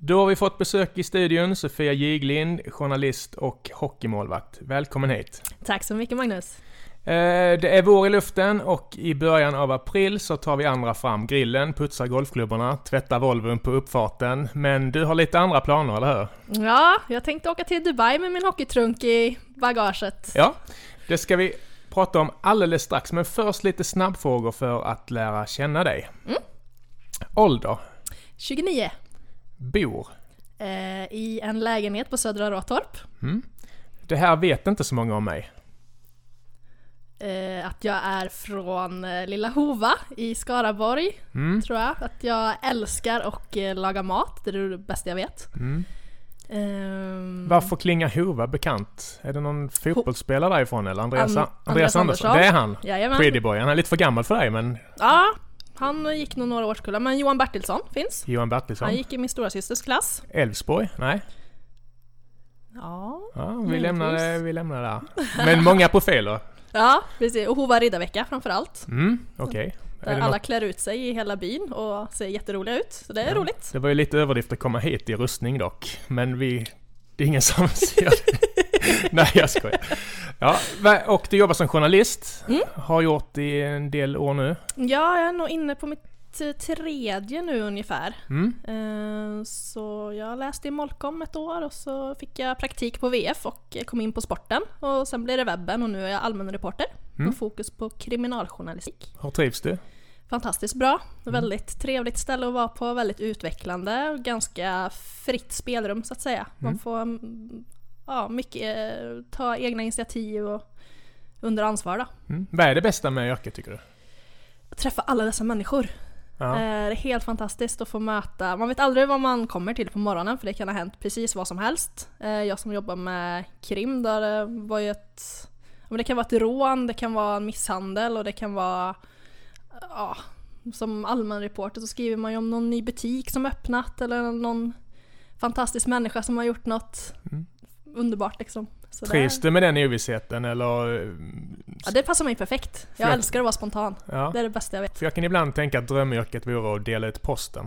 Då har vi fått besök i studion, Sofia Giglind, journalist och hockeymålvakt. Välkommen hit. Tack så mycket, Magnus. Det är vår i luften och i början av april så tar vi andra fram grillen, putsar golfklubborna, tvättar Volvon på uppfarten. Men du har lite andra planer, eller hur? Ja, jag tänkte åka till Dubai med min hockeytrunk i bagaget. Ja, det ska vi prata om alldeles strax. Men först lite snabbfrågor för att lära känna dig. Ålder? 29. Bor? I en lägenhet på Södra Råtorp. Det här vet inte så många om mig. Att jag är från Lilla Hova i Skaraborg, tror jag. Att jag älskar och laga mat, det är det bästa jag vet. Varför klingar Hova bekant? Är det någon fotbollsspelare därifrån eller? Andreas Andersson? Det är han. Pretty boy. Han är lite för gammal för dig, men... Ja, han gick nog några årskullar. Men Johan Bertilsson finns. Johan Bertilsson. Han gick i min stora systers klass. Älvsborg? Nej. Ja, vi lämnar det där. Men många profiler. Ja, precis. Och Hova Riddarvecka framförallt. Okej. Där alla klär ut sig i hela byn och ser jätteroliga ut. Så det är roligt. Det var ju lite överdrift att komma hit i rustning dock. Men det är ingen som ser det. Nej, jag skojar. Ja, och du jobbar som journalist. Har gjort i en del år nu. Ja, jag är nog inne på mitt tredje nu ungefär. Så jag läste i Molkom ett år och så fick jag praktik på VF och kom in på sporten. Och sen blev det webben och nu är jag allmän reporter. Med fokus på kriminaljournalistik. Hur trivs du? Fantastiskt bra. Väldigt trevligt ställe att vara på. Väldigt utvecklande och ganska fritt spelrum så att säga. Man får mycket ta egna initiativ och under ansvar då. Vad är det bästa med yrket tycker du? Att träffa alla dessa människor. Ja. Det är helt fantastiskt att få möta. Man vet aldrig vad man kommer till på morgonen för det kan ha hänt precis vad som helst. Jag som jobbar med krim där det var ju det kan vara ett rån, det kan vara en misshandel och det kan vara som allmän reporter så skriver man ju om någon ny butik som öppnat eller någon fantastisk människa som har gjort något underbart liksom. Trivs du med den ovissheten eller? Ja, det passar mig perfekt. Jag älskar att vara spontan. Ja. Det är det bästa jag vet. För jag kan ibland tänka att drömyrket vore att dela ut posten.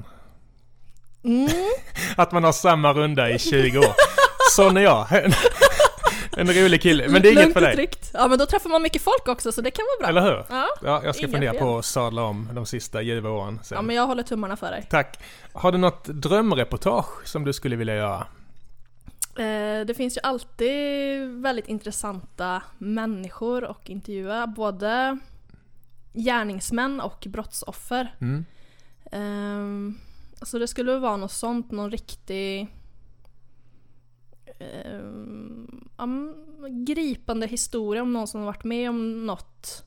Att man har samma runda i 20 år. Sån är jag. En rolig kille. Men det är inget för dig. Tryggt. Ja, men då träffar man mycket folk också så det kan vara bra. Eller hur? Ja, jag ska fundera på att sadla om de sista ljuva åren. Sen. Ja, men jag håller tummarna för dig. Tack. Har du något drömreportage som du skulle vilja göra? Det finns ju alltid väldigt intressanta människor och intervjua både gärningsmän och brottsoffer. Så det skulle vara något sånt, någon riktig gripande historia om någon som har varit med om något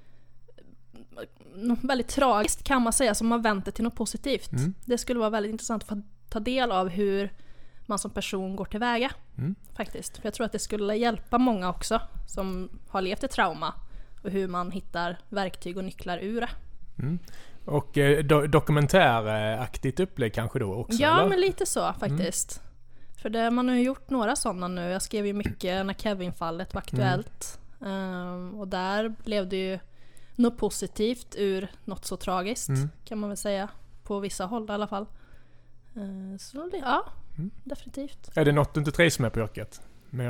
väldigt tragiskt kan man säga som har vänt det till något positivt. Det skulle vara väldigt intressant att få ta del av hur man som person går tillväga faktiskt. För jag tror att det skulle hjälpa många också som har levt ett trauma och hur man hittar verktyg och nycklar ur det. Och dokumentäraktigt upplägg kanske då också? Ja, eller? Men lite så faktiskt. För man har ju gjort några sådana nu. Jag skrev ju mycket när Kevin-fallet var aktuellt. Och där blev det ju något positivt ur något så tragiskt kan man väl säga. På vissa håll i alla fall. Så det, definitivt. Är det något du inte trivs med på yrket?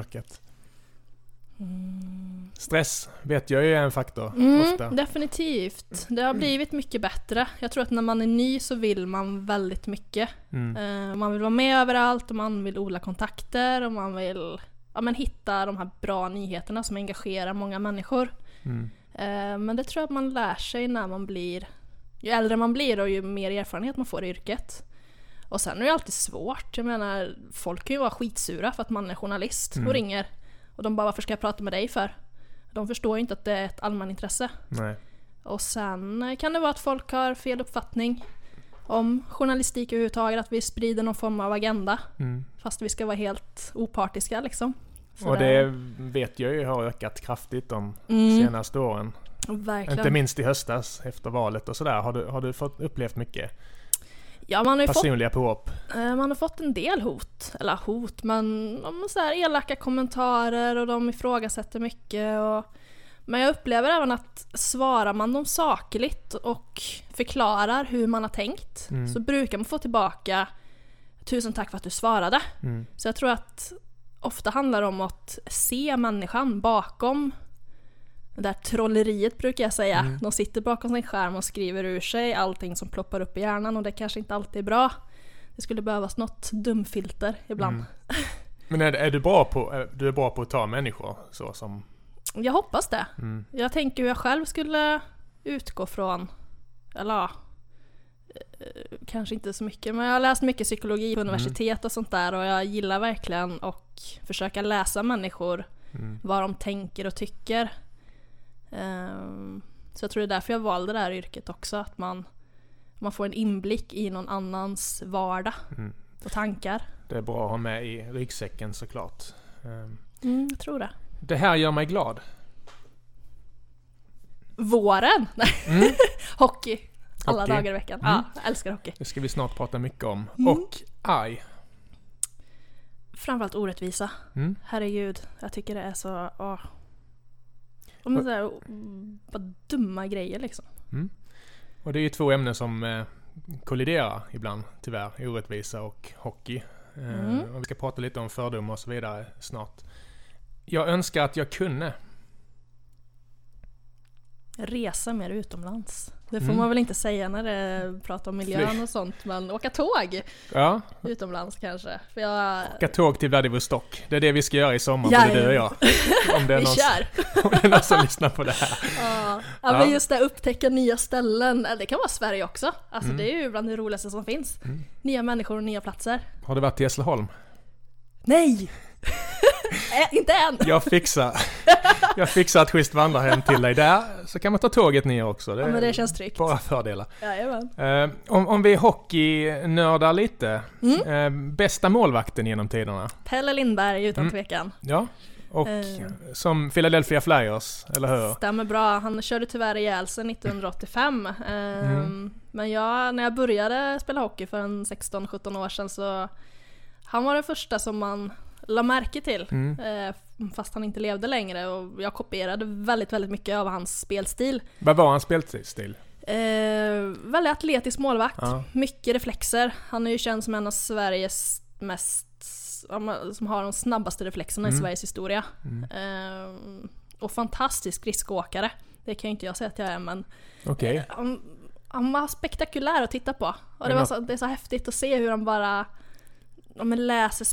Stress vet jag ju är en faktor ofta. Definitivt. Det har blivit mycket bättre. Jag tror att när man är ny så vill man väldigt mycket. Man vill vara med överallt och man vill odla kontakter och man vill hitta de här bra nyheterna som engagerar många människor. Men det tror jag att man lär sig när man blir, ju äldre man blir och ju mer erfarenhet man får i yrket. Och sen är det alltid svårt. Jag menar, folk kan ju vara skitsura för att man är journalist och ringer. Och de bara, varför ska jag prata med dig för? De förstår ju inte att det är ett allmänintresse. Nej. Och sen kan det vara att folk har fel uppfattning om journalistik överhuvudtaget. Att vi sprider någon form av agenda. Fast vi ska vara helt opartiska liksom. Så och det vet jag ju har ökat kraftigt de senaste åren. Verkligen. Inte minst i höstas efter valet och sådär. Har du fått upplevt mycket? Ja, man har personliga påhopp. Man har fått en del hot, men så här elaka kommentarer och de ifrågasätter mycket. Men jag upplever även att svarar man dem sakligt och förklarar hur man har tänkt så brukar man få tillbaka tusen tack för att du svarade. Så jag tror att ofta handlar det om att se människan bakom det där trolleriet, brukar jag säga. De sitter bakom sin skärm och skriver ur sig allting som ploppar upp i hjärnan, och det kanske inte alltid är bra. Det skulle behövas något dumfilter ibland. Men är du är bra på att ta människor så som... Jag hoppas det. Jag tänker hur jag själv skulle utgå från, eller kanske inte så mycket, men jag har läst mycket psykologi på universitet och sånt där, och jag gillar verkligen att försöka läsa människor, vad de tänker och tycker. Så jag tror det är därför jag valde det här yrket också, att man får en inblick i någon annans vardag och tankar. Det är bra att ha med i ryggsäcken såklart. Jag tror det. Det här gör mig glad. Våren! Hockey. Alla dagar i veckan. Ja, jag älskar hockey. Det ska vi snart prata mycket om. Och arg. Framförallt orättvisa. Herregud, jag tycker det är så... Bara dumma grejer liksom. Och det är ju två ämnen som kolliderar ibland, tyvärr. Orättvisa och hockey. Och vi ska prata lite om fördomar och så vidare snart. Jag önskar att jag kunde resa mer utomlands. Det får man väl inte säga när det pratar om miljön och sånt, men åka tåg utomlands kanske. För åka tåg till Vladivostok. Det är det vi ska göra i sommar, både du och jag. Om det är någon, om det är någon som lyssnar på det här. Men just det, upptäcka nya ställen. Det kan vara Sverige också. Alltså det är ju bland det roligaste som finns. Nya människor och nya platser. Har du varit i Hässleholm? Nej! Inte än. Jag fixar ett schysst vandrarhem till dig där. Så kan man ta tåget ner också. Men det känns tryggt. Bara fördelar. Jajamän. Om vi hockeynördar lite. Bästa målvakten genom tiderna? Pelle Lindberg utan tvekan. Ja. Och som Philadelphia Flyers, eller hur? Stämmer bra. Han körde tyvärr ihjäl sig 1985. Men när jag började spela hockey för 16-17 år sedan, så han var den första som man la märke till, fast han inte levde längre, och jag kopierade väldigt, väldigt mycket av hans spelstil. Vad var hans spelstil? Väldigt atletisk målvakt, mycket reflexer. Han är ju känd som en av Sveriges som har de snabbaste reflexerna i Sveriges historia. Och fantastisk skridskoåkare. Det kan ju inte jag säga att jag är, men han var spektakulär att titta på. Och det är så häftigt att se hur han bara läste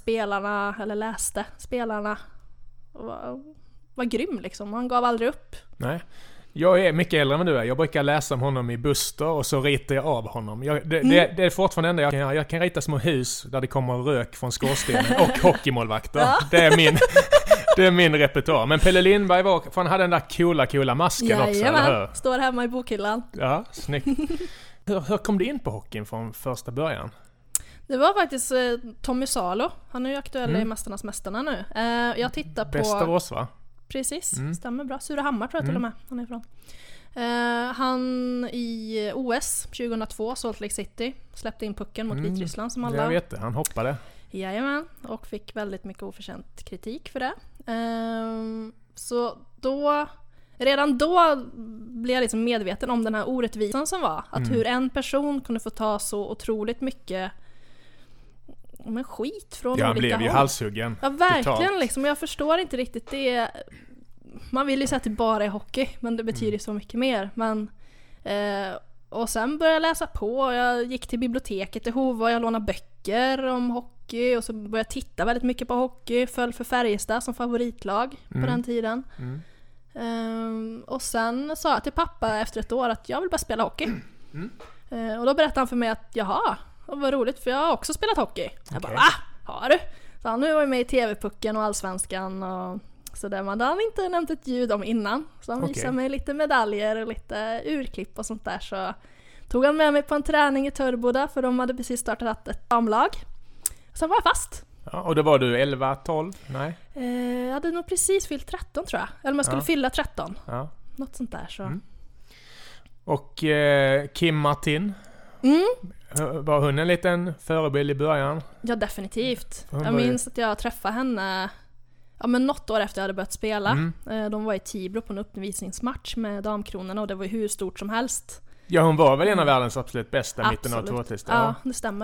spelarna och var grym liksom. Han gav aldrig upp. Nej. Jag är mycket äldre än du är. Jag brukar läsa om honom i Buster och så ritar jag av honom. Det är fortfarande det enda jag kan göra. Jag kan rita små hus där det kommer rök från skorstenen och hockeymålvakter. Ja. Det är min repertoar. Men Pelle Lindberg han hade den där coola masken också, eller hur? Står hemma i bokhyllan. Ja, snyggt. Hur kom du in på hockeyn från första början? Det var faktiskt Tommy Salo. Han är ju aktuell i Mästarnas mästarna nu. Jag tittar på... Västerås, va? Precis, stämmer bra. Surahammar tror jag till och med han är ifrån. Han i OS 2002, Salt Lake City, släppte in pucken mot Vitryssland som alla. Jag vet det, han hoppade. Jajamän, och fick väldigt mycket oförtjänt kritik för det. Så redan då blev jag liksom medveten om den här orättvisan som var. Att hur en person kunde få ta så otroligt mycket skit från olika håll. Han blev ju halshuggen. Ja, verkligen liksom. Jag förstår inte riktigt det. Man vill ju säga att det bara är hockey, men det betyder så mycket mer. Men, och sen började jag läsa på. Jag gick till biblioteket i Hova och jag lånade böcker om hockey. Och så började jag titta väldigt mycket på hockey. Föll för Färjestad som favoritlag på den tiden. Och sen sa jag till pappa efter ett år att jag vill bara spela hockey. Och då berättade han för mig att det var roligt, för jag har också spelat hockey. Jag bara, va? Har du? Så han nu var ju med i TV-pucken och Allsvenskan och så där. Man hade han inte nämnt ett ljud om innan. Så han visade mig lite medaljer och lite urklipp och sånt där. Så tog han med mig på en träning i Törboda, för de hade precis startat ett damlag. Sen var jag fast. Ja, och då var du 11, 12? Nej? Jag hade nog precis fyllt 13 tror jag. Eller om jag skulle fylla 13. Ja. Något sånt där så. Och Kim Martin? Var hon en liten förebild i början? Ja, definitivt. Jag minns att jag träffade henne något år efter jag hade börjat spela. De var i Tibro på en uppvisningsmatch med damkronorna och det var hur stort som helst. Ja, hon var väl en av världens absolut bästa mitten av 2000-talet. Ja, det stämmer det.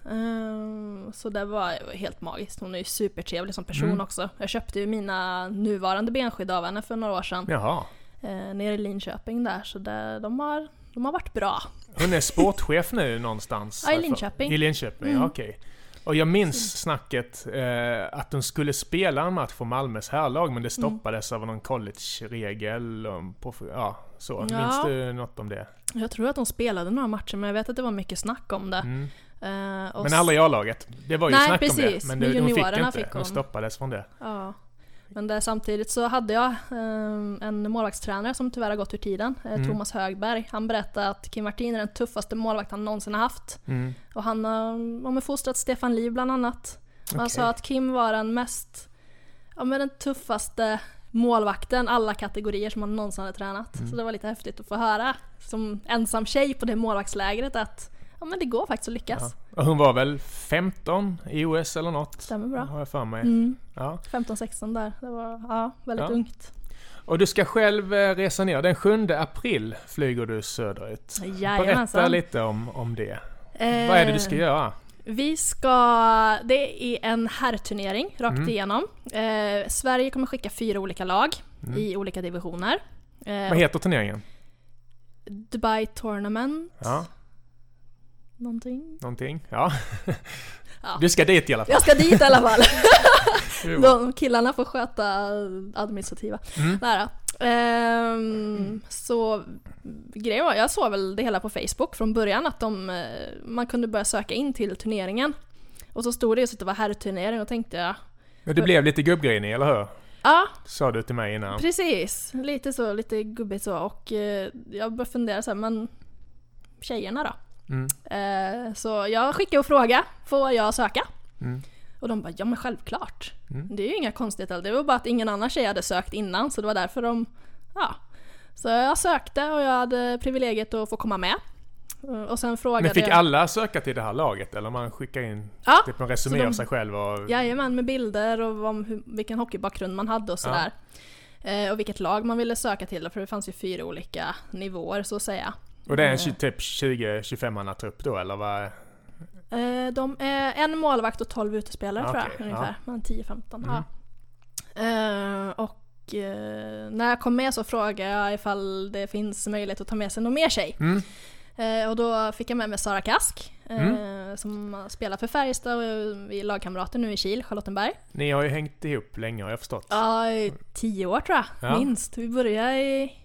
Så det var helt magiskt. Hon är ju supertrevlig som person också. Jag köpte ju mina nuvarande benskydd av henne för några år sedan. Jaha. Nere i Linköping där, så de har varit bra. Hon är sportchef nu någonstans. Ja, i Linköping. I Linköping, ja, okej. Och jag minns snacket att de skulle spela en match för Malmös herrlag, men det stoppades av någon college-regel. Så. Ja. Minns du något om det? Jag tror att de spelade några matcher, men jag vet att det var mycket snack om det. Men aldrig i A-laget. Det var ju snack precis. om det, men de fick inte. Fick de stoppades från det. Ja. Men samtidigt så hade jag en målvaktstränare som tyvärr har gått ur tiden, Thomas Högberg. Han berättade att Kim Martin är den tuffaste målvakt han någonsin har haft. Och han har fostrat Stefan Liv bland annat. Okay. Han sa att Kim var den tuffaste målvakten, alla kategorier som han någonsin hade tränat. Så det var lite häftigt att få höra som ensam tjej på det målvaktslägret att men det går faktiskt att lyckas. Ja. Och hon var väl 15 i OS eller något? Stämmer bra. Har jag för mig. Ja. 15-16 där. Det var väldigt ungt. Och du ska själv resa ner. Den 7 april flyger du söderut. Berätta lite om det. Vad är det du ska göra? Det är en herrturnering rakt igenom. Sverige kommer skicka 4 olika lag i olika divisioner. Vad heter turneringen? Dubai Tournament. Ja. Någonting? Ja. Du ska dit i alla fall. Jag ska dit i alla fall. De killarna får sköta administrativa. Så grejen var, jag såg väl det hela på Facebook från början att man kunde börja söka in till turneringen. Och så stod det just att det var herrturnering och tänkte jag... Men du blev lite gubbgrinig, eller hur? Ja. Sa du till mig innan. Precis, lite gubbigt så. Och jag började fundera så här, men tjejerna då? Så jag skickade och frågade, får jag söka? Och de bara, ja men självklart. Det är ju inga konstigheter. Det var bara att ingen annan tjej hade sökt innan, så det var därför Så jag sökte och jag hade privilegiet att få komma med. Och sen frågade Men fick alla söka till det här laget? Eller man skickar in typ en resumé av sig själv? Jajamän, med bilder och om vilken hockeybakgrund man hade och sådär. Och vilket lag man ville söka till, för det fanns ju 4 olika nivåer så att säga. Och det är en typ 20-25 trupp då, eller vad? De är en målvakt och 12 utespelare tror jag, ungefär. Men 10-15. Och när jag kom med så frågade jag ifall det finns möjlighet att ta med sig någon mer tjej. Och då fick jag med mig Sara Kask som spelar för Färjestad och vi är lagkamrater nu i Kil, Charlottenberg. Ni har ju hängt ihop länge har jag förstått. Ja, i 10 år tror jag, minst. Vi började i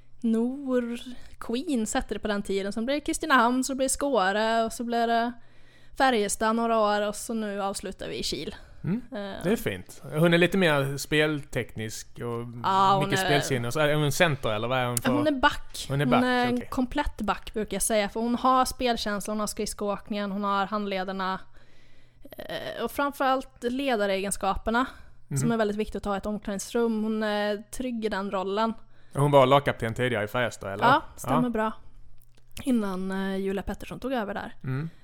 Queens hette det på den tiden. Så blev det Kristinehamn, så blev det Skåre och så blev det Färjestad några år och så nu avslutar vi i Kil. Det är fint. Hon är lite mer spelteknisk och mycket spelsinne. Så är hon center eller vad är hon för? Hon är back. Hon är en okay. komplett back brukar jag säga. För hon har spelkänsla, hon har skridskoåkningen, hon har handlederna och framförallt ledaregenskaperna som är väldigt viktigt att ta i ett omklädningsrum. Hon är trygg i den rollen. Hon var lagkapten tidigare i Färjestad, eller? Ja, stämmer bra. Innan Julia Pettersson tog över där.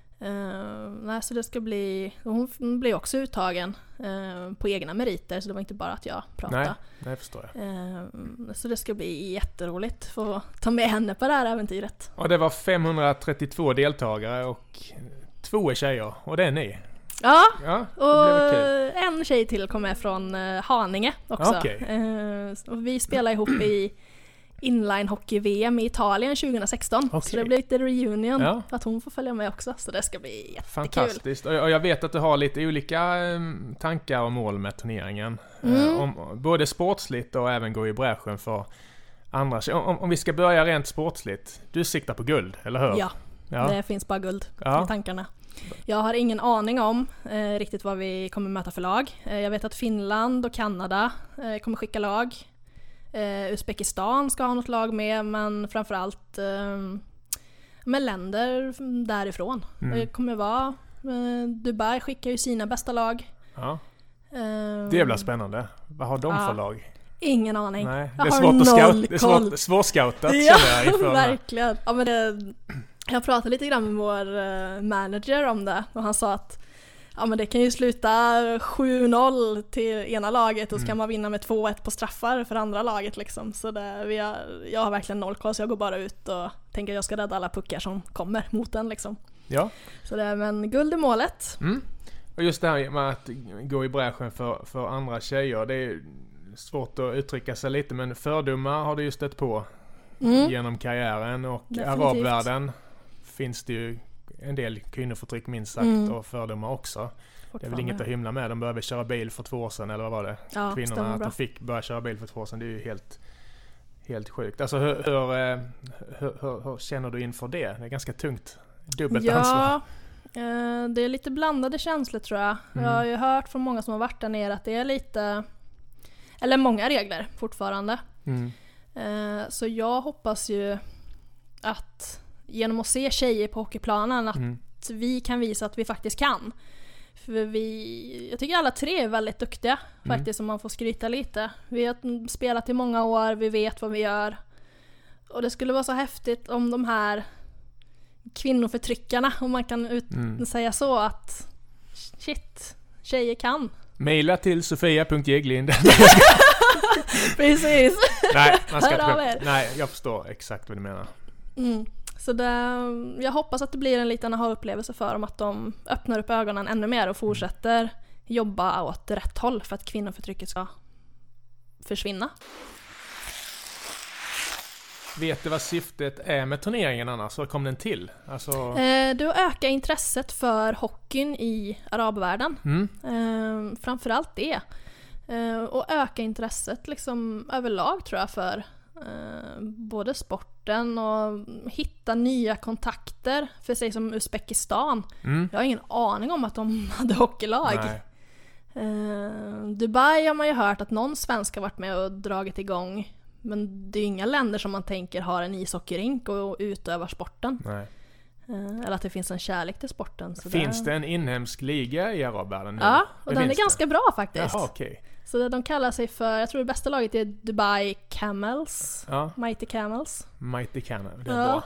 Så det ska bli... Hon blev också uttagen på egna meriter, så det var inte bara att jag pratade. Nej, det förstår jag. Så det ska bli jätteroligt att få ta med henne på det här äventyret. Och det var 532 deltagare och 2 är tjejer, och det är ni. Ja, och en tjej till kom med från Haninge också. Okay. Och vi spelar ihop i inline-hockey-VM i Italien 2016. Okay. Så det blir lite reunion att hon får följa med också. Så det ska bli jättekul. Fantastiskt. Och jag vet att du har lite olika tankar och mål med turneringen. Både sportsligt och även gå i bräschen för andra. Om vi ska börja rent sportsligt. Du siktar på guld, eller hur? Ja. Det finns bara guld i tankarna. Jag har ingen aning om riktigt vad vi kommer möta för lag. Jag vet att Finland och Kanada kommer skicka lag. Uzbekistan ska ha något lag med, men framförallt med länder därifrån. Det kommer vara Dubai skickar ju sina bästa lag. Ja. Det blir spännande. Vad har de för lag? Ingen aning. Nej, det är svårt att svårscoutat. Ja, verkligen. Ja, men jag pratade lite grann med vår manager om det och han sa att men det kan ju sluta 7-0 till ena laget och så kan man vinna med 2-1 på straffar för andra laget liksom. Så jag har verkligen noll koll, så jag går bara ut och tänker att jag ska rädda alla puckar som kommer mot den liksom. Ja. Så det är men guld i målet. Och just det här med att gå i bräschen för andra tjejer, det är svårt att uttrycka sig lite, men fördomar har du ju stött på genom karriären, och Definitivt. arabvärlden finns det ju en del kvinnoförtryck minst sagt och fördomar också. Det är väl inget att hymla med. De började köra bil för 2 år sedan, eller vad var det? Ja, Kvinnorna, att de fick börja köra bil för 2 år sedan, det är ju helt sjukt. Alltså hur känner du inför det? Det är ganska tungt. Dubbelt ansvar. Det är lite blandade känslor tror jag. Jag har ju hört från många som har varit där nere att det är lite, eller många regler fortfarande. Så jag hoppas ju att genom att se tjejer på hockeyplanen att vi kan visa att vi faktiskt kan. För jag tycker alla 3 är väldigt duktiga faktiskt, om man får skryta lite. Vi har spelat i många år, vi vet vad vi gör. Och det skulle vara så häftigt om de här kvinnoförtryckarna, om man kan säga så, att shit, tjejer kan. Maila till sofia.jeglind. Precis. Nej, man ska inte. Nej, jag förstår exakt vad du menar. Så jag hoppas att det blir en liten aha-upplevelse för dem, att de öppnar upp ögonen ännu mer och fortsätter jobba åt rätt håll för att kvinnoförtrycket ska försvinna. Vet du vad syftet är med turneringen annars? Hur kom den till? Alltså... Det är att öka intresset för hockeyn i arabvärlden. Framförallt det. Och öka intresset liksom överlag tror jag för både sporten och hitta nya kontakter för sig som Uzbekistan. Jag har ingen aning om att de hade hockeylag. Dubai har man ju hört att någon svensk har varit med och dragit igång, men det är ju inga länder som man tänker har en ishockeyrink och utövar sporten. Nej. Eller att det finns en kärlek till sporten. Så finns det en inhemsk liga i arabvärlden nu? Ja, och den är ganska bra faktiskt. Jaha, okay. Så de kallar sig för, jag tror det bästa laget är Dubai Camels. Ja. Mighty Camels. Mighty Camels, det är bra.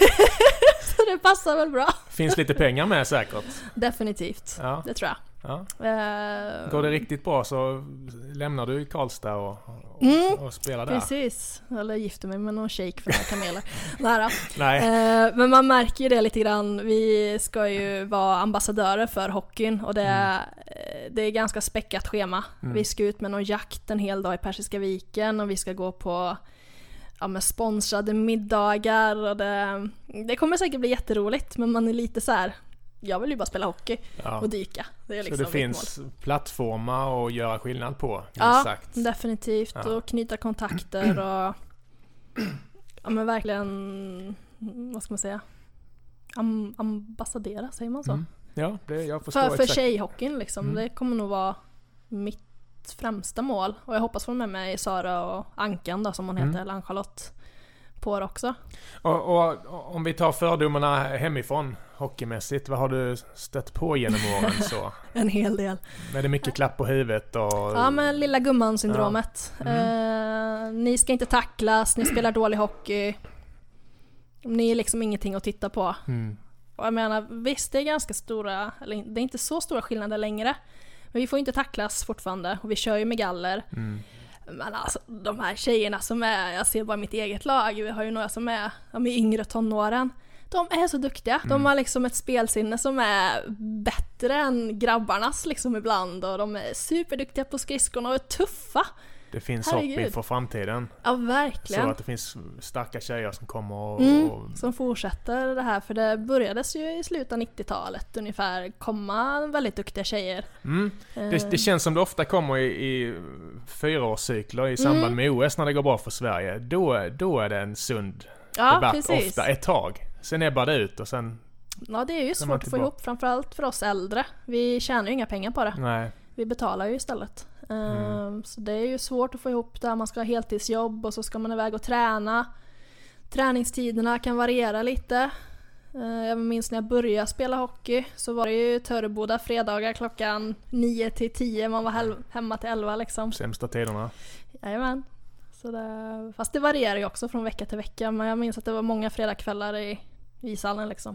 Så det passar väl bra. Finns lite pengar med säkert. Definitivt, det tror jag. Ja. Går det riktigt bra så lämnar du Karlstad och spelar där. Precis, eller gifter mig med någon shake för några kameler. Nej. Men man märker ju det lite grann. Vi ska ju vara ambassadörer för hockeyn och det är ganska späckat schema. Vi ska ut med någon jakt en hel dag i Persiska viken och vi ska gå på med sponsrade middagar och det kommer säkert bli jätteroligt, men man är lite så här. Jag vill ju bara spela hockey och dyka. Det är liksom så det finns plattformar att göra skillnad på. Sagt. Definitivt. Ja. Och knyta kontakter och men verkligen, vad ska man säga? Ambassadera, säger man så? Ja, jag förstår för tjejhockeyn liksom. Det kommer nog vara mitt främsta mål. Och jag hoppas få med mig Sara och Ankan då, som hon heter, eller Ann-Charlotte, på det också. Och om vi tar fördomarna hemifrån hockeymässigt, vad har du stött på genom åren så? En hel del. Är det mycket klapp på huvudet? Och... Ja, men lilla gumman-syndromet. Ni ska inte tacklas, ni spelar dålig hockey. Ni är liksom ingenting att titta på. Och jag menar, visst det är ganska stora, eller det är inte så stora skillnader längre. Men vi får inte tacklas fortfarande och vi kör ju med galler. Men alltså de här tjejerna som är, jag ser bara mitt eget lag, vi har ju några som är yngre tonåren. De är så duktiga. De har liksom ett spelsinne som är bättre än grabbarnas liksom ibland, och de är superduktiga på skridskorna och är tuffa. Det finns hopp inför framtiden. Ja, verkligen. Så att det finns starka tjejer som kommer och som fortsätter det här, för det börjades ju i slutet av 90-talet ungefär komma väldigt duktiga tjejer. Det känns som det ofta kommer i 4-årscykler i samband med OS när det går bra för Sverige. Då är det en sund debatt, precis. Ofta ett tag. Sen är det ut och sen... Ja, det är ju svårt att få ihop, framförallt för oss äldre. Vi tjänar ju inga pengar på det. Nej. Vi betalar ju istället. Så det är ju svårt att få ihop där. Man ska ha heltidsjobb och så ska man iväg och träna. Träningstiderna kan variera lite. Jag minns när jag började spela hockey så var det ju Töreboda fredagar klockan 9 till 10. Man var hemma till 11 liksom. Sämsta tiderna. Jajamän. Fast det varierar ju också från vecka till vecka. Men jag minns att det var många fredagskvällar i ishallen liksom.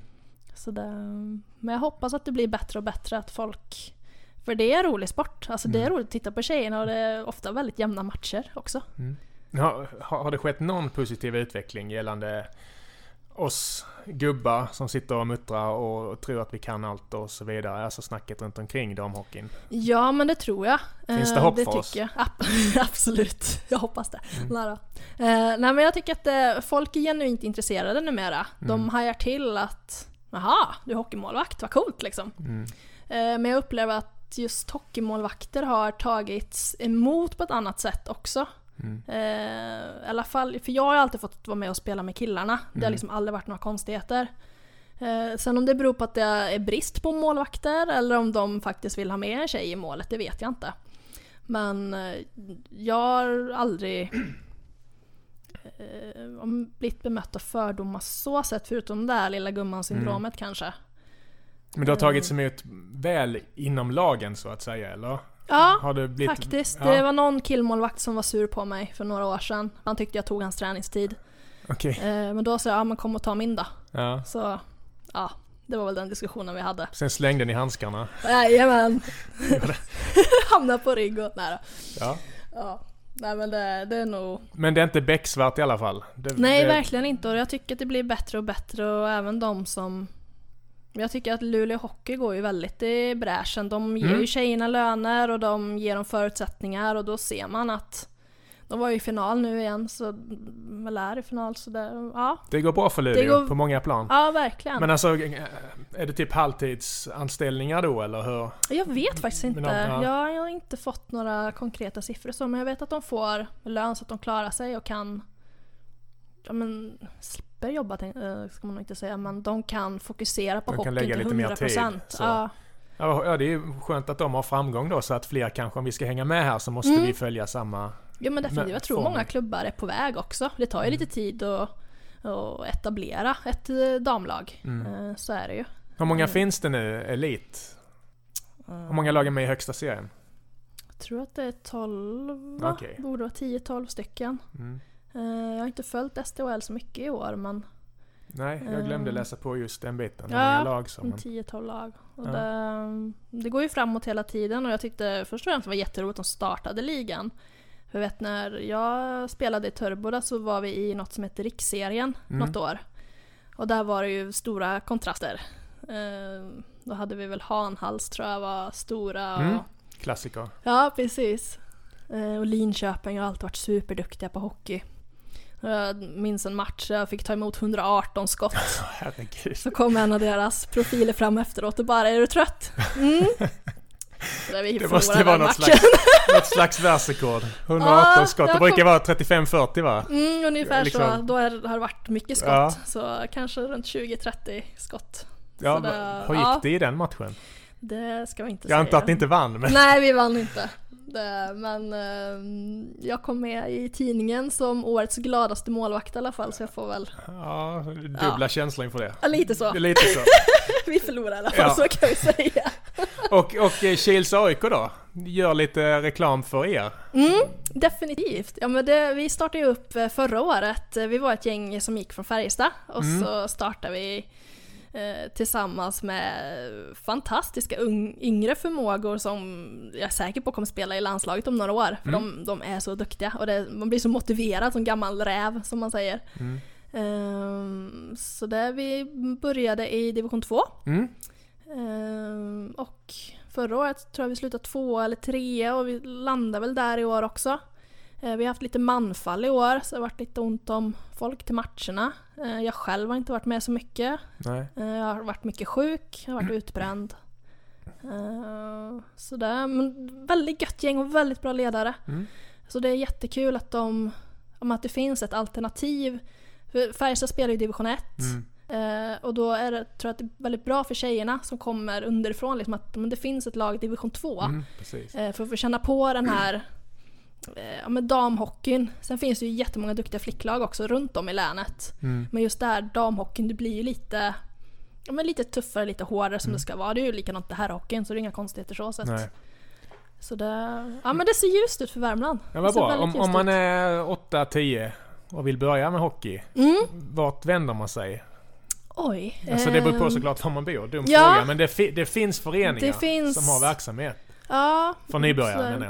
Men jag hoppas att det blir bättre och bättre, att folk... För det är rolig sport. Alltså det är roligt att titta på tjejerna och det är ofta väldigt jämna matcher också. Har det skett någon positiv utveckling gällande oss gubbar som sitter och muttrar och tror att vi kan allt och så vidare. Alltså snacket runt omkring damhockeyn. Ja, men det tror jag. Finns det hopp det för oss? Jag. Absolut, jag hoppas det. Nej, men jag tycker att folk är genuint intresserade numera. De hajar till att jaha, du är hockeymålvakt, vad coolt liksom. Men jag upplever att just hockeymålvakter har tagits emot på ett annat sätt också. I alla fall, för jag har alltid fått vara med och spela med killarna. Det har liksom aldrig varit några konstigheter. Sen om det beror på att det är brist på målvakter eller om de faktiskt vill ha med en tjej i målet, det vet jag inte. Men jag har aldrig blivit bemött av fördomar så sett, förutom det här lilla gumman-syndromet kanske. Men det har tagits emot väl inom lagen så att säga, eller? Ja, har det blivit... faktiskt. Ja. Det var någon killmålvakt som var sur på mig för några år sedan. Han tyckte jag tog hans träningstid. Okay. Men då sa jag, men kom och ta min då. Ja. Så, ja, det var väl den diskussionen vi hade. Sen slängde ni handskarna. Jajamän. Hamna på rygg och nära. Ja. Ja. Nej, men det är nog... Men det är inte becksvart i alla fall? Nej, verkligen inte. Och jag tycker att det blir bättre och bättre. Och även de som... Jag tycker att Luleå Hockey går ju väldigt i bräschen. De ger ju tjejerna löner och de ger dem förutsättningar. Och då ser man att de var ju i final nu igen. Så väl är i final. Så ja. Det går bra för Luleå på många plan. Ja, verkligen. Men alltså, är det typ halvtidsanställningar då, eller hur? Jag vet faktiskt inte. Jag har inte fått några konkreta siffror så, men jag vet att de får lön så att de klarar sig och kan slipper jobba, ska man nog inte säga, men de kan fokusera på hockeyn till 100%. Ja, det är ju skönt att de har framgång då, så att fler kanske, om vi ska hänga med här så måste vi följa samma. Ja, men definitivt. Jag tror många klubbar är på väg också. Det tar ju lite tid att etablera ett damlag. Så är det ju. Hur många finns det nu, elit? Hur många lag är med i högsta serien? Jag tror att det är 12. Okay. Borde vara 10-12 stycken. Jag har inte följt STHL så mycket i år, men... Nej, jag glömde läsa på just den biten. Ja, lag som 10-12 lag. Och det går ju framåt hela tiden, och jag tyckte först och främst var jätteroligt att de startade ligan. För jag vet, när jag spelade i Törboda så var vi i något som heter Riksserien något år. Och där var det ju stora kontraster. Då hade vi väl Hanhals, tror jag, var stora. Och... Klassiker. Ja, precis. Och Linköping har alltid varit superduktiga på hockey. Jag minns en match jag fick ta emot 118 skott. Herregud. Så kom en av deras profiler fram efteråt och bara, är du trött? Det måste vara något slags världsrekord. 118 skott. Det brukar vara 35-40, va? Ungefär liksom. Så. Då har det varit mycket skott. Ja. Så kanske runt 20-30 skott. Ja, hur gick det i den matchen? Det ska vi inte säga. Jag antar att ni inte vann. Men... Nej, vi vann inte. Men jag kom med i tidningen som årets gladaste målvakt i alla fall, så jag får väl... Ja, dubbla känslor inför det. Ja, lite så. Lite så. Vi förlorar i alla fall, så kan vi säga. Och Kils AIK då? Gör lite reklam för er. Definitivt. Ja, men vi startade ju upp förra året. Vi var ett gäng som gick från Färjestad och så startade vi tillsammans med fantastiska yngre förmågor som jag är säker på kommer spela i landslaget om några år. För de är så duktiga och man blir så motiverad som gammal räv, som man säger. Så där vi började i division 2. Och förra året tror jag vi slutade 2 eller 3 och vi landade väl där i år också. Vi har haft lite manfall i år, så det har varit lite ont om folk till matcherna. Jag själv har inte varit med så mycket. Nej. Jag har varit mycket sjuk, jag har varit utbränd. Så det är väldigt gött gäng och väldigt bra ledare. Så det är jättekul att det finns ett alternativ. Färjestad spelar i division 1. Och då tror jag att det är väldigt bra för tjejerna som kommer underifrån liksom, att det finns ett lag i division 2. För att få känna på den här damhockeyn. Sen finns det ju jättemånga duktiga flicklag också runt om i länet. Men just där damhockeyn, det blir ju lite tuffare, lite hårdare som det ska vara. Det är ju likadant det här hockeyn, så det är inga konstigheter så sätt. Nej. Så men det ser ljust ut för Värmland. Ja, vad bra. Om man är 8-10 och vill börja med hockey, vart vänder man sig? Oj. Alltså det beror på såklart var man bor. Dum fråga, men det finns föreningar som har verksamhet. Ja. För nybörjare menar jag nu.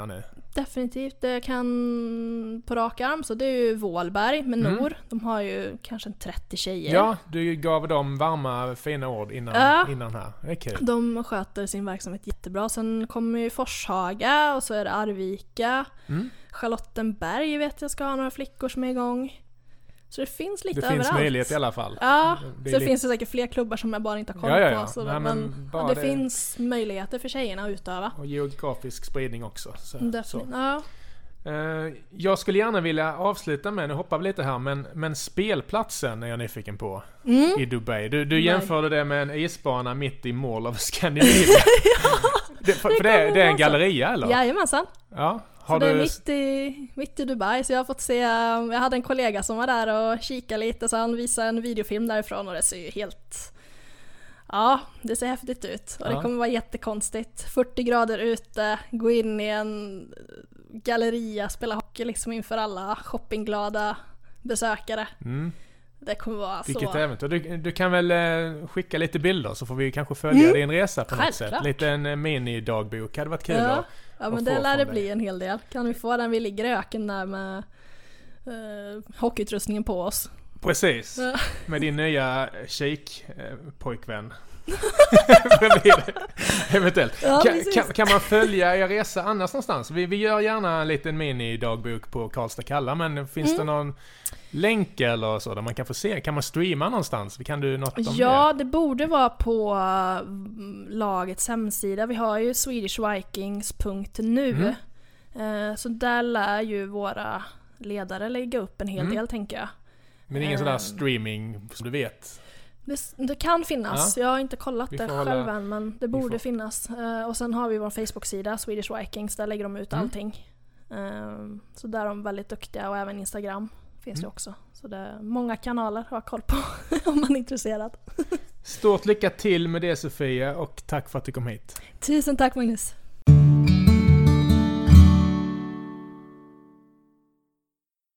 definitivt. Det kan på rak arm, så det är ju Vålberg med Nor. De har ju kanske 30 tjejer. Ja, du gav dem varma, fina ord innan här. Det är kul. De sköter sin verksamhet jättebra. Sen kommer ju Forshaga och så är det Arvika. Charlottenberg vet jag ska ha några flickor som är igång. Så det finns lite överallt. Det finns möjlighet i alla fall. Ja, så det finns ju säkert fler klubbar som jag bara inte har koll på. Så nej, men det finns möjligheter för tjejerna att utöva. Och geografisk spridning också. Definitivt, ja. Jag skulle gärna vilja avsluta med, nu hoppar vi lite här, men spelplatsen är jag nyfiken på i Dubai. Du jämförde det med en isbana mitt i Mall of Scandinavia. För det är en galleria, eller? Jajamensan. Ja. Så det är mitt i Dubai, så jag har fått se, jag hade en kollega som var där och kikade lite, så han visade en videofilm därifrån och det ser ju helt, det ser häftigt ut och det kommer vara jättekonstigt. 40 grader ute, gå in i en galleria, spela hockey liksom inför alla shoppingglada besökare. Det kommer vara vilket äventyr. Du kan väl skicka lite bilder så får vi kanske följa din resa på något sätt. Lite en mini-dagbok hade varit kul att men det lär det bli en hel del. Kan vi få den, vi ligger i öken där med hockeyutrustningen på oss. Precis, med din nya pojkvän. Eventuellt. Kan man följa er resa annars någonstans? Vi gör gärna en liten mini-dagbok på Karlstad Kalla, men finns det någon länk eller så där man kan få se? Kan man streama någonstans? Kan du något om det? Det borde vara på lagets hemsida. Vi har ju swedishvikings.nu. Så där lär ju våra ledare lägga upp en hel del, tänker jag. Men ingen sån där streaming som du vet? Det kan finnas. Jag har inte kollat det själv än, men det borde finnas. Och sen har vi vår Facebook-sida, Swedish Vikings, där lägger de ut allting. Så där är de väldigt duktiga, och även Instagram finns det också. Så det är många kanaler att ha koll på om man är intresserad. Stort lycka till med det, Sofia, och tack för att du kom hit. Tusen tack, Magnus.